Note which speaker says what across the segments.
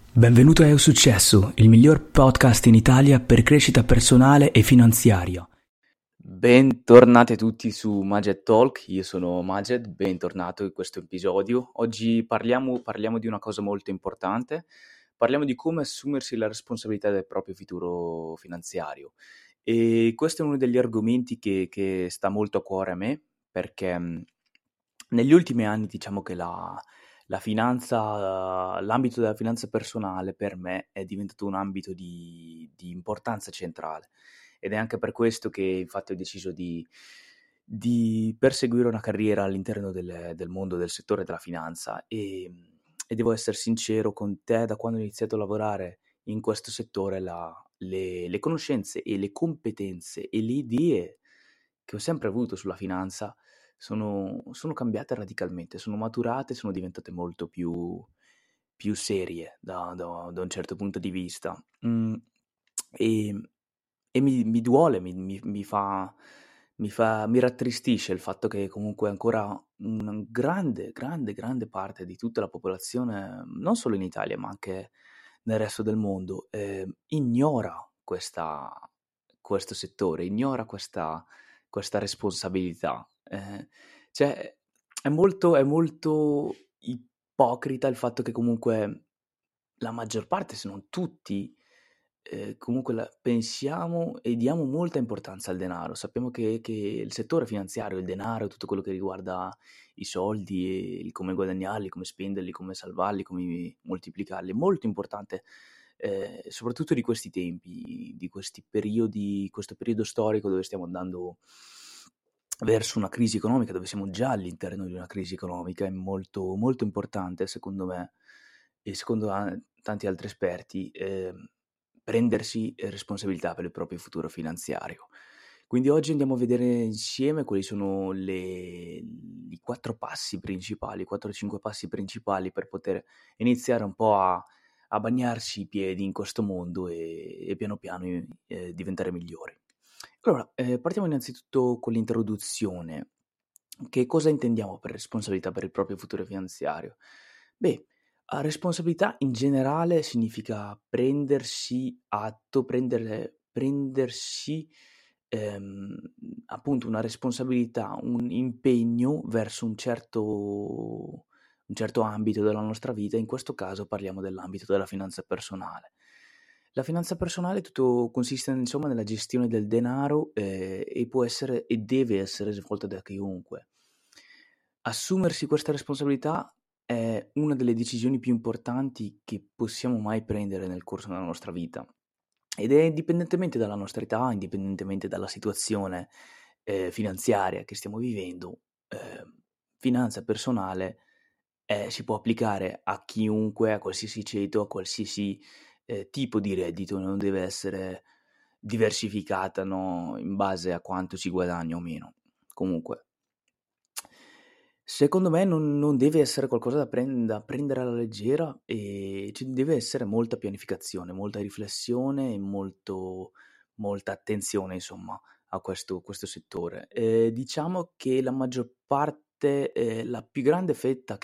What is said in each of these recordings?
Speaker 1: Benvenuto a Eu Successo, il miglior podcast in Italia per crescita personale e finanziaria. Bentornati tutti su Majed Talk, io sono Majed, bentornato in questo episodio. Oggi parliamo di una cosa molto importante, parliamo di come assumersi la responsabilità del proprio futuro finanziario. E questo è uno degli argomenti che sta molto a cuore a me, perché negli ultimi anni diciamo che la finanza, l'ambito della finanza personale per me è diventato un ambito di importanza centrale, ed è anche per questo che infatti ho deciso di perseguire una carriera all'interno del mondo del settore della finanza e devo essere sincero con te, da quando ho iniziato a lavorare in questo settore le conoscenze e le competenze e le idee che ho sempre avuto sulla finanza sono cambiate radicalmente, sono maturate, sono diventate molto più serie da un certo punto di vista. E mi duole, mi rattristisce il fatto che comunque ancora una grande parte di tutta la popolazione, non solo in Italia, ma anche nel resto del mondo, ignora questo settore, ignora questa responsabilità. Cioè è molto ipocrita il fatto che comunque la maggior parte, se non tutti, comunque pensiamo e diamo molta importanza al denaro. Sappiamo che il settore finanziario, il denaro, tutto quello che riguarda i soldi e il come guadagnarli, come spenderli, come salvarli, come moltiplicarli, è molto importante, soprattutto di questi tempi, di questi periodi, questo periodo storico dove stiamo andando verso una crisi economica, dove siamo già all'interno di una crisi economica. È molto importante secondo me e secondo tanti altri esperti, prendersi responsabilità per il proprio futuro finanziario. Quindi oggi andiamo a vedere insieme quali sono i 4 passi principali, 4-5 passi principali per poter iniziare un po' a bagnarsi i piedi in questo mondo e piano piano diventare migliori. Allora, partiamo innanzitutto con l'introduzione. Che cosa intendiamo per responsabilità per il proprio futuro finanziario? Beh, responsabilità in generale significa prendersi atto, prendersi, appunto una responsabilità, un impegno verso un certo ambito della nostra vita. In questo caso parliamo dell'ambito della finanza personale. La finanza personale tutto consiste insomma nella gestione del denaro, e può essere e deve essere svolta da chiunque. Assumersi questa responsabilità è una delle decisioni più importanti che possiamo mai prendere nel corso della nostra vita, ed è indipendentemente dalla nostra età, indipendentemente dalla situazione, finanziaria che stiamo vivendo, finanza personale, si può applicare a chiunque, a qualsiasi ceto, a qualsiasi, tipo di reddito, non deve essere diversificata, no, in base a quanto si guadagna o meno. Comunque, secondo me non deve essere qualcosa da prendere alla leggera, e ci deve essere molta pianificazione, molta riflessione e molta attenzione insomma a questo settore. Diciamo che la maggior parte, la più grande fetta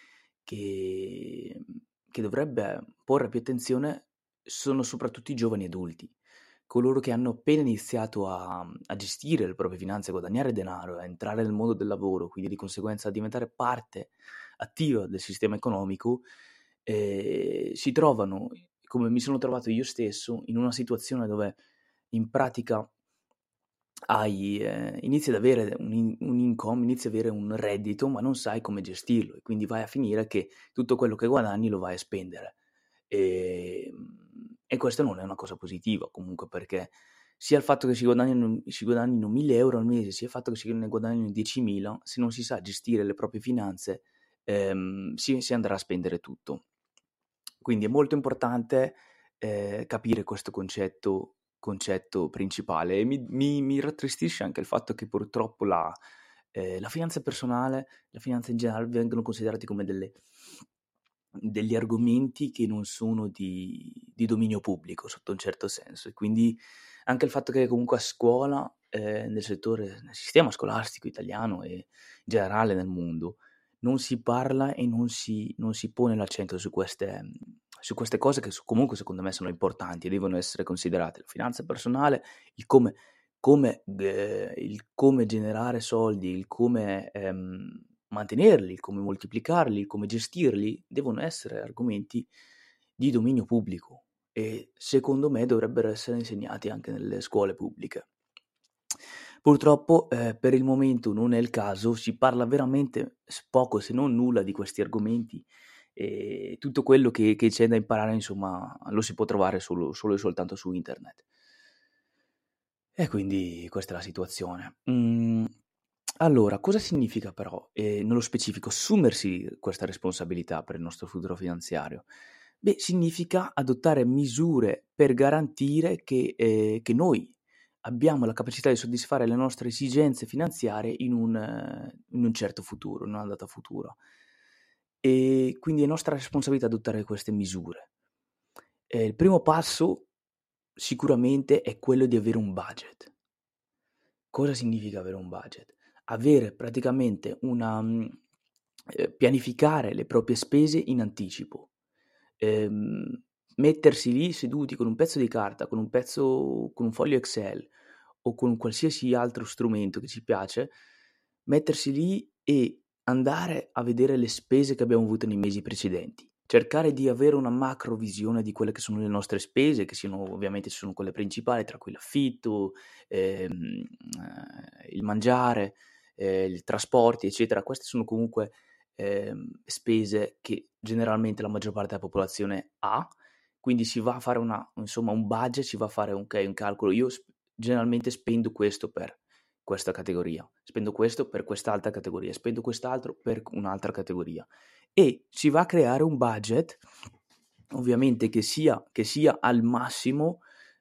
Speaker 1: che che dovrebbe porre più attenzione sono soprattutto i giovani adulti, coloro che hanno appena iniziato a gestire le proprie finanze, a guadagnare denaro, a entrare nel mondo del lavoro, quindi di conseguenza a diventare parte attiva del sistema economico. Si trovano, come mi sono trovato io stesso, in una situazione dove in pratica inizi ad avere un income, inizi ad avere un reddito, ma non sai come gestirlo, e quindi vai a finire che tutto quello che guadagni lo vai a spendere. E questo non è una cosa positiva comunque, perché sia il fatto che si guadagnino 1.000 € al mese, sia il fatto che ne guadagnino 10.000, se non si sa gestire le proprie finanze, si andrà a spendere tutto. Quindi è molto importante, capire questo concetto principale, e mi rattristisce anche il fatto che purtroppo la finanza personale, la finanza in generale vengono considerati come degli argomenti che non sono di dominio pubblico sotto un certo senso, e quindi anche il fatto che comunque a scuola, nel sistema scolastico italiano e in generale nel mondo, non si parla e non si pone l'accento su queste cose che comunque secondo me sono importanti e devono essere considerate. La finanza personale, il il come generare soldi, il come mantenerli, il come moltiplicarli, il come gestirli, devono essere argomenti di dominio pubblico e secondo me dovrebbero essere insegnati anche nelle scuole pubbliche. Purtroppo per il momento non è il caso, si parla veramente poco se non nulla di questi argomenti e tutto quello che c'è da imparare insomma lo si può trovare solo e soltanto su internet. E quindi questa è la situazione. Allora, cosa significa però, nello specifico, assumersi questa responsabilità per il nostro futuro finanziario? Beh, significa adottare misure per garantire che noi abbiamo la capacità di soddisfare le nostre esigenze finanziarie in un certo futuro, in una data futura. E quindi è nostra responsabilità adottare queste misure. Il primo passo sicuramente è quello di avere un budget. Cosa significa avere un budget? Avere praticamente pianificare le proprie spese in anticipo. Mettersi lì seduti con un pezzo di carta, con un foglio Excel o con qualsiasi altro strumento che ci piace, mettersi lì e andare a vedere le spese che abbiamo avuto nei mesi precedenti. Cercare di avere una macro visione di quelle che sono le nostre spese, che ovviamente sono quelle principali, tra cui l'affitto, il mangiare, i trasporti, eccetera. Queste sono comunque spese che generalmente la maggior parte della popolazione ha, quindi si va a fare un budget, si va a fare un calcolo. Io generalmente spendo questo per questa categoria, spendo questo per quest'altra categoria, spendo quest'altro per un'altra categoria e si va a creare un budget, ovviamente che sia al massimo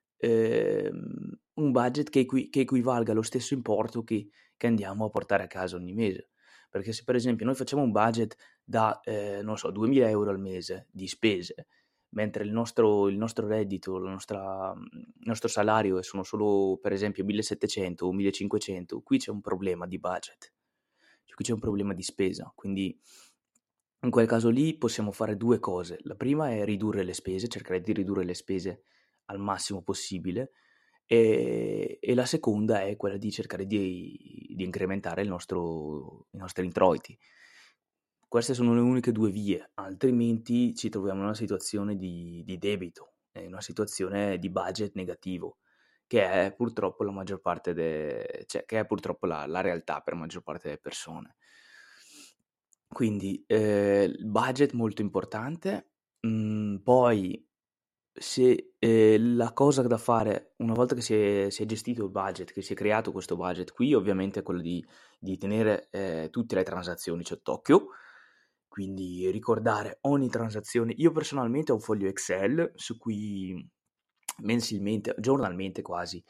Speaker 1: un budget che equivalga allo stesso importo che andiamo a portare a casa ogni mese. Perché se per esempio noi facciamo un budget da, non so, 2000 euro al mese di spese, mentre il nostro reddito, il nostro salario sono solo per esempio 1700 o 1500, qui c'è un problema di budget, cioè qui c'è un problema di spesa, quindi in quel caso lì possiamo fare due cose. La prima è ridurre le spese, cercare di ridurre le spese al massimo possibile e la seconda è quella di cercare di incrementare i nostri introiti. Queste sono le uniche due vie, altrimenti ci troviamo in una situazione di debito, in una situazione di budget negativo, che è purtroppo la maggior parte cioè che è purtroppo la realtà per la maggior parte delle persone. Quindi, il budget molto importante, poi se la cosa da fare una volta che si è gestito il budget, che si è creato questo budget qui, ovviamente è quello di tenere, tutte le transazioni sott'occhio, quindi ricordare ogni transazione. Io personalmente ho un foglio Excel su cui mensilmente, giornalmente quasi,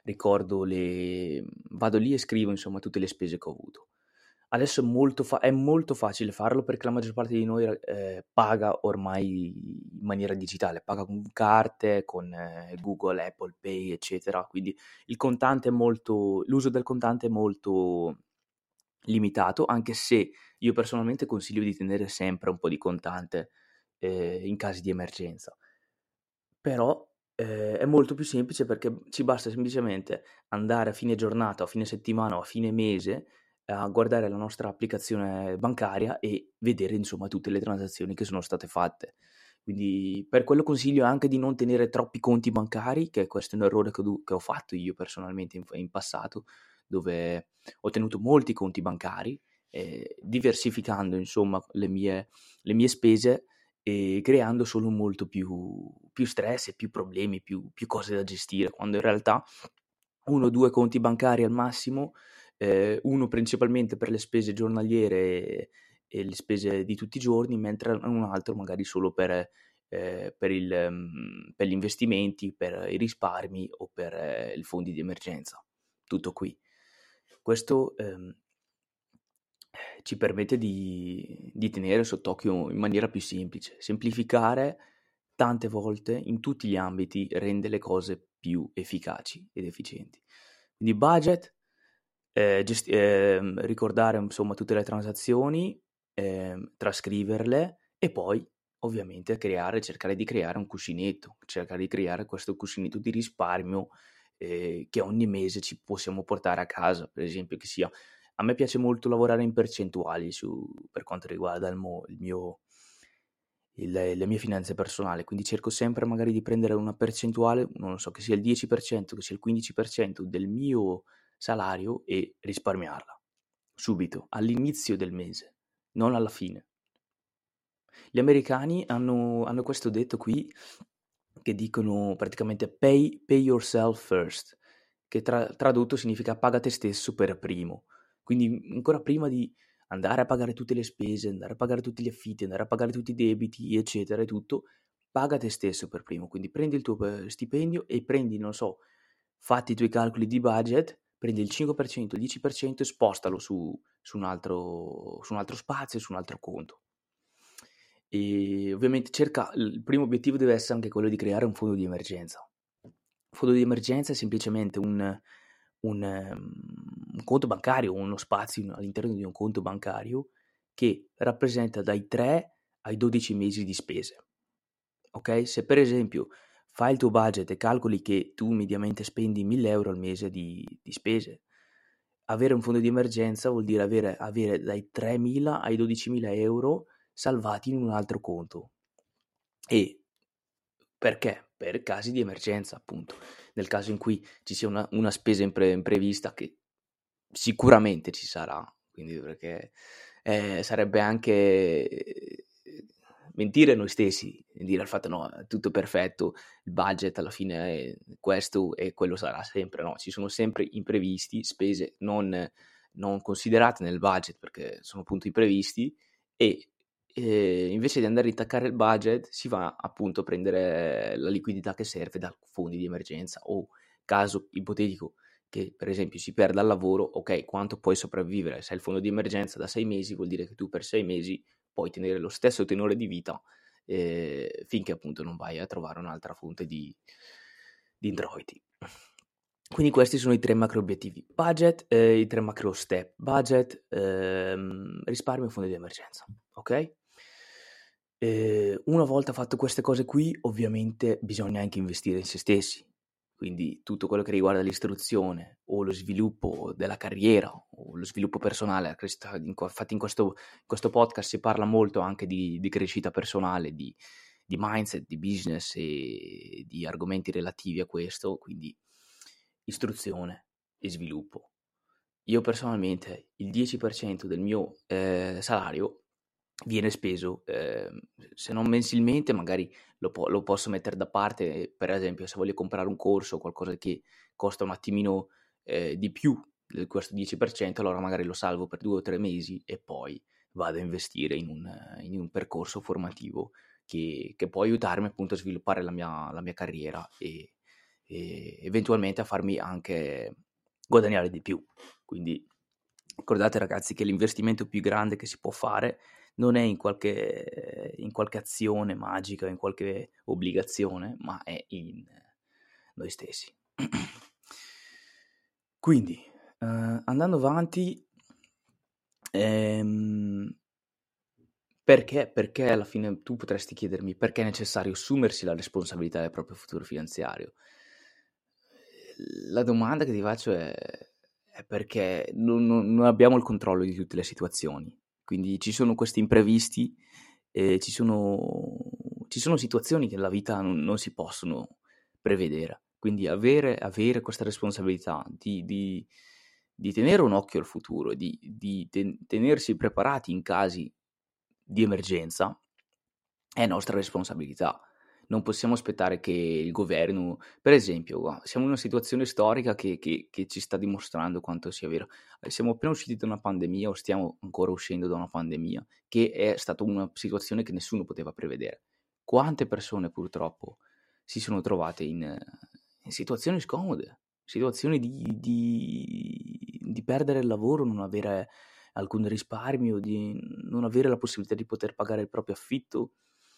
Speaker 1: vado lì e scrivo insomma tutte le spese che ho avuto. Adesso è molto facile farlo perché la maggior parte di noi paga ormai in maniera digitale, paga con carte, con Google, Apple Pay, eccetera. Quindi l'uso del contante è molto limitato, anche se io personalmente consiglio di tenere sempre un po' di contante in casi di emergenza. Però è molto più semplice perché ci basta semplicemente andare a fine giornata o a fine settimana o a fine mese a guardare la nostra applicazione bancaria e vedere insomma tutte le transazioni che sono state fatte. Quindi per quello consiglio anche di non tenere troppi conti bancari, che questo è un errore che ho fatto io personalmente in passato, dove ho tenuto molti conti bancari, diversificando insomma le mie spese e creando solo molto più stress e più problemi, più cose da gestire, quando in realtà 1 o 2 conti bancari al massimo, uno principalmente per le spese giornaliere e le spese di tutti i giorni, mentre un altro magari solo per gli investimenti, per i risparmi o per i fondi di emergenza. Tutto qui. Questo, ci permette di tenere sott'occhio in maniera più semplice. Semplificare tante volte in tutti gli ambiti rende le cose più efficaci ed efficienti. Quindi budget, ricordare insomma tutte le transazioni, trascriverle e poi ovviamente cercare di creare un cuscinetto, cercare di creare questo cuscinetto di risparmio che ogni mese ci possiamo portare a casa, per esempio che sia a me piace molto lavorare in percentuali per quanto riguarda le mie finanze personali, quindi cerco sempre magari di prendere una percentuale, non lo so, che sia il 10%, che sia il 15% del mio salario e risparmiarla subito, all'inizio del mese, non alla fine. Gli americani hanno questo detto qui che dicono praticamente pay yourself first, che tradotto significa paga te stesso per primo. Quindi ancora prima di andare a pagare tutte le spese, andare a pagare tutti gli affitti, andare a pagare tutti i debiti, eccetera e tutto, paga te stesso per primo. Quindi prendi il tuo stipendio e prendi, non so, fatti i tuoi calcoli di budget, prendi il 5%, il 10% e spostalo su un altro spazio, su un altro conto. E ovviamente il primo obiettivo deve essere anche quello di creare un fondo di emergenza. Un fondo di emergenza è semplicemente un conto bancario, uno spazio all'interno di un conto bancario che rappresenta dai 3 ai 12 mesi di spese. Ok? Se per esempio fai il tuo budget e calcoli che tu mediamente spendi 1.000 euro al mese di spese, avere un fondo di emergenza vuol dire avere dai 3.000 ai 12.000 euro salvati in un altro conto. E perché? Per casi di emergenza, appunto. Nel caso in cui ci sia una spesa imprevista, che sicuramente ci sarà, quindi perché sarebbe anche mentire a noi stessi, dire al fatto no, è tutto perfetto, il budget alla fine è questo e quello sarà sempre, no, ci sono sempre imprevisti, spese non considerate nel budget perché sono appunto imprevisti e invece di andare a intaccare il budget si va appunto a prendere la liquidità che serve da fondi di emergenza o caso ipotetico che per esempio si perda il lavoro, ok, quanto puoi sopravvivere? Se hai il fondo di emergenza da 6 mesi vuol dire che tu per 6 mesi puoi tenere lo stesso tenore di vita finché appunto non vai a trovare un'altra fonte di introiti. Quindi questi sono i 3 macro obiettivi: budget, i 3 macro step: budget, risparmio e fondi di emergenza, ok? Una volta fatto queste cose qui, ovviamente bisogna anche investire in se stessi, quindi tutto quello che riguarda l'istruzione o lo sviluppo della carriera o lo sviluppo personale. Infatti in questo podcast si parla molto anche di crescita personale, di mindset, di business e di argomenti relativi a questo, quindi istruzione e sviluppo. Io personalmente il 10% del mio salario viene speso, se non mensilmente magari lo posso mettere da parte, per esempio se voglio comprare un corso o qualcosa che costa un attimino di più di questo 10%, allora magari lo salvo per 2 o 3 mesi e poi vado a investire in un percorso formativo che può aiutarmi appunto a sviluppare la mia carriera e eventualmente a farmi anche guadagnare di più. Quindi ricordate ragazzi che l'investimento più grande che si può fare non è in qualche azione magica, in qualche obbligazione, ma è in noi stessi. Quindi, andando avanti, perché alla fine tu potresti chiedermi perché è necessario assumersi la responsabilità del proprio futuro finanziario. La domanda che ti faccio è perché non abbiamo il controllo di tutte le situazioni, quindi ci sono questi imprevisti e ci sono situazioni che nella vita non si possono prevedere, quindi avere questa responsabilità di tenere un occhio al futuro, di tenersi preparati in casi di emergenza è nostra responsabilità. Non possiamo aspettare che il governo per esempio, siamo in una situazione storica che ci sta dimostrando quanto sia vero. Siamo appena usciti da una pandemia o stiamo ancora uscendo da una pandemia, che è stata una situazione che nessuno poteva prevedere. Quante persone purtroppo si sono trovate in situazioni scomode, situazioni di perdere il lavoro, non avere alcun risparmio, di non avere la possibilità di poter pagare il proprio affitto.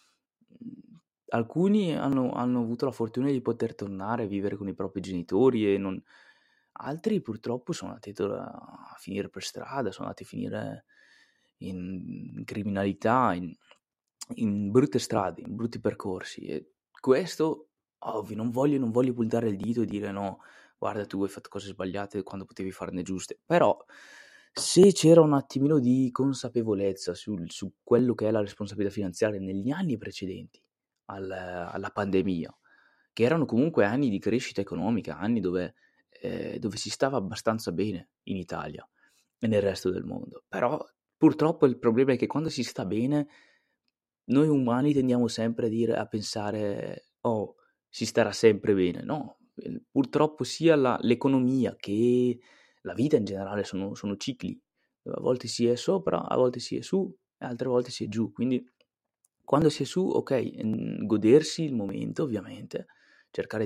Speaker 1: Alcuni hanno avuto la fortuna di poter tornare a vivere con i propri genitori e non altri purtroppo sono andati a finire per strada, sono andati a finire in criminalità, in brutte strade, in brutti percorsi, e questo, ovvio, non voglio puntare il dito e dire: "No, guarda, tu hai fatto cose sbagliate quando potevi farne giuste", però se c'era un attimino di consapevolezza su quello che è la responsabilità finanziaria negli anni precedenti alla pandemia, che erano comunque anni di crescita economica, anni dove si stava abbastanza bene in Italia e nel resto del mondo. Però purtroppo il problema è che quando si sta bene, noi umani tendiamo sempre a pensare: "Oh, si starà sempre bene". No, purtroppo sia l'economia che la vita in generale sono cicli. A volte si è sopra, a volte si è su e altre volte si è giù. Quindi quando si è su, okay, godersi il momento ovviamente, cercare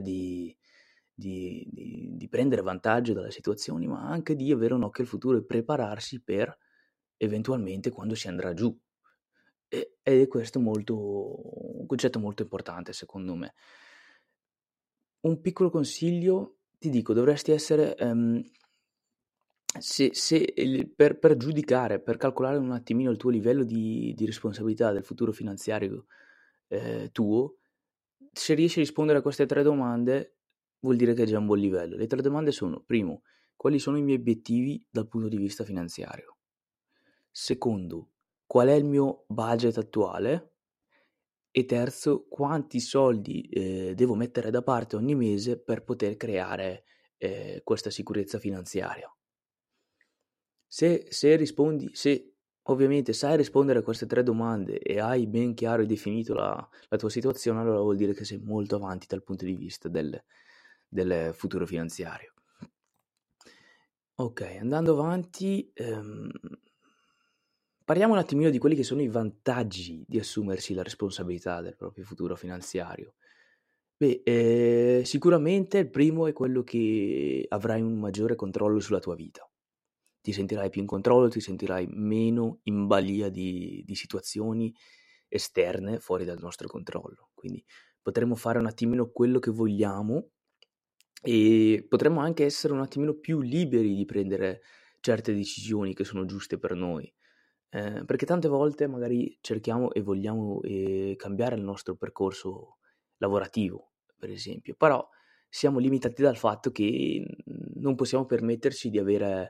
Speaker 1: di prendere vantaggio dalle situazioni, ma anche di avere un occhio al futuro e prepararsi per eventualmente quando si andrà giù. Ed è questo un concetto molto importante secondo me. Un piccolo consiglio, ti dico, dovresti essere, se per giudicare, per calcolare un attimino il tuo livello di responsabilità del futuro finanziario, tuo, se riesci a rispondere a queste 3 domande, vuol dire che è già un buon livello. Le 3 domande sono: primo, quali sono i miei obiettivi dal punto di vista finanziario? Secondo, qual è il mio budget attuale? E terzo, quanti soldi, devo mettere da parte ogni mese per poter creare, questa sicurezza finanziaria. Se ovviamente sai rispondere a queste 3 domande e hai ben chiaro e definito la tua situazione, allora vuol dire che sei molto avanti dal punto di vista del futuro finanziario. Okay, andando avanti, parliamo un attimino di quelli che sono i vantaggi di assumersi la responsabilità del proprio futuro finanziario. Beh, sicuramente il primo è quello che avrai un maggiore controllo sulla tua vita. Ti sentirai più in controllo, ti sentirai meno in balia di situazioni esterne fuori dal nostro controllo. Quindi potremmo fare un attimino quello che vogliamo e potremmo anche essere un attimino più liberi di prendere certe decisioni che sono giuste per noi. Perché tante volte magari cerchiamo e vogliamo, cambiare il nostro percorso lavorativo, per esempio, però siamo limitati dal fatto che, non possiamo permetterci di avere,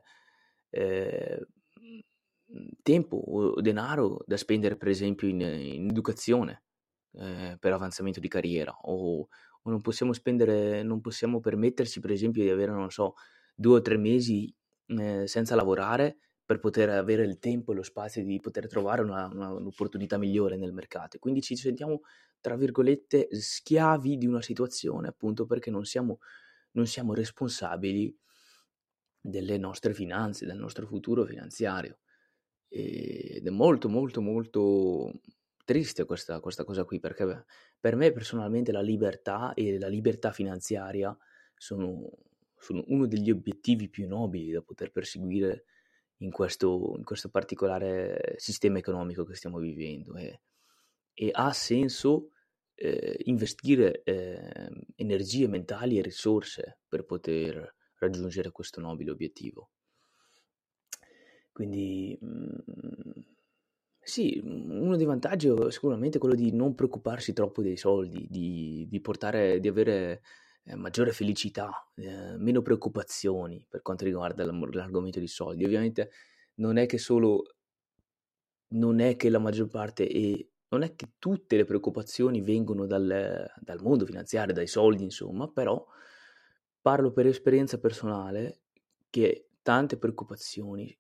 Speaker 1: tempo o denaro da spendere per esempio in educazione, per avanzamento di carriera o non possiamo permetterci per esempio di avere, non so, 2 o 3 mesi, senza lavorare per poter avere il tempo e lo spazio di poter trovare un'opportunità migliore nel mercato. E quindi ci sentiamo, tra virgolette, "schiavi" di una situazione, appunto perché non siamo responsabili delle nostre finanze, del nostro futuro finanziario. Ed è molto, molto, molto triste questa cosa qui, perché beh, per me personalmente la libertà e la libertà finanziaria sono sono uno degli obiettivi più nobili da poter perseguire in questo particolare sistema economico che stiamo vivendo e ha senso, investire, energie mentali e risorse per poter raggiungere questo nobile obiettivo. Quindi, sì, uno dei vantaggi è sicuramente quello di non preoccuparsi troppo dei soldi, di avere, maggiore felicità, meno preoccupazioni per quanto riguarda l'argomento dei soldi. Ovviamente non è che solo non è che la maggior parte non è che tutte le preoccupazioni vengono dal mondo finanziario, dai soldi insomma, però parlo per esperienza personale che tante preoccupazioni,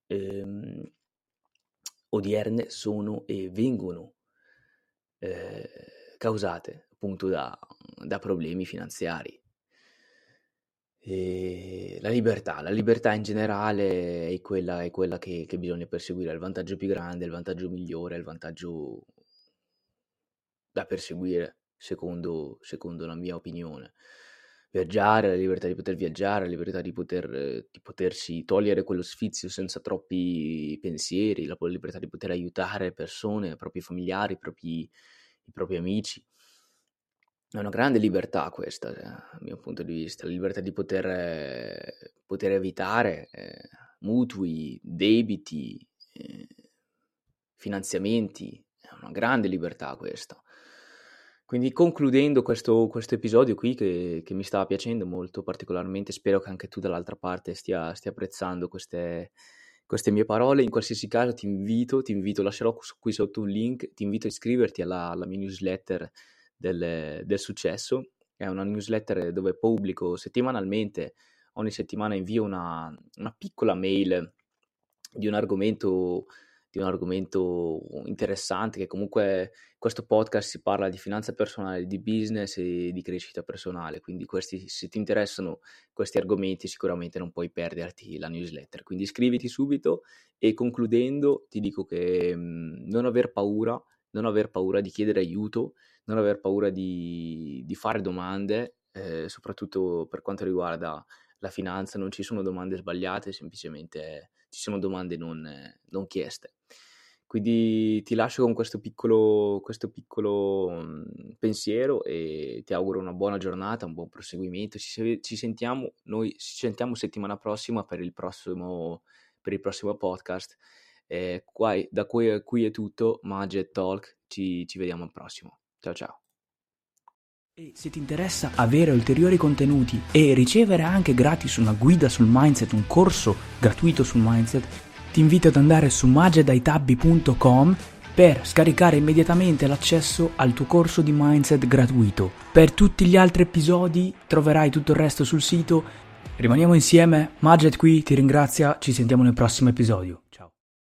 Speaker 1: odierne sono e vengono, ehm, causate appunto da problemi finanziari. La libertà in generale è quella che bisogna perseguire, è il vantaggio più grande, è il vantaggio migliore, è il vantaggio da perseguire secondo la mia opinione. Viaggiare, la libertà di poter viaggiare, la libertà di potersi togliere quello sfizio senza troppi pensieri, la libertà di poter aiutare persone, i propri familiari, i propri amici. È una grande libertà questa, dal mio punto di vista, la libertà di poter evitare, mutui, debiti, finanziamenti. una grande libertà questa. Quindi concludendo questo episodio qui che mi stava piacendo molto particolarmente, spero che anche tu dall'altra parte stia apprezzando queste mie parole. In qualsiasi caso ti invito, lascerò qui sotto un link, ti invito a iscriverti alla mia newsletter del successo. È una newsletter dove pubblico settimanalmente, ogni settimana invio una piccola mail di un argomento interessante, che comunque questo podcast si parla di finanza personale, di business e di crescita personale, quindi se ti interessano questi argomenti sicuramente non puoi perderti la newsletter, quindi iscriviti subito. E concludendo ti dico che non aver paura di chiedere aiuto, non aver paura di fare domande, soprattutto per quanto riguarda la finanza. Non ci sono domande sbagliate, semplicemente ci sono domande non chieste. Quindi ti lascio con questo piccolo pensiero e ti auguro una buona giornata, un buon proseguimento. Ci sentiamo settimana prossima per il prossimo podcast. Da qui è tutto, Maged Talk, ci vediamo al prossimo. Ciao ciao.
Speaker 2: E se ti interessa avere ulteriori contenuti e ricevere anche gratis una guida sul mindset, un corso gratuito sul mindset, ti invito ad andare su magedaitabbi.com per scaricare immediatamente l'accesso al tuo corso di mindset gratuito. Per tutti gli altri episodi troverai tutto il resto sul sito. Rimaniamo insieme, Maged qui ti ringrazia, ci sentiamo nel prossimo episodio.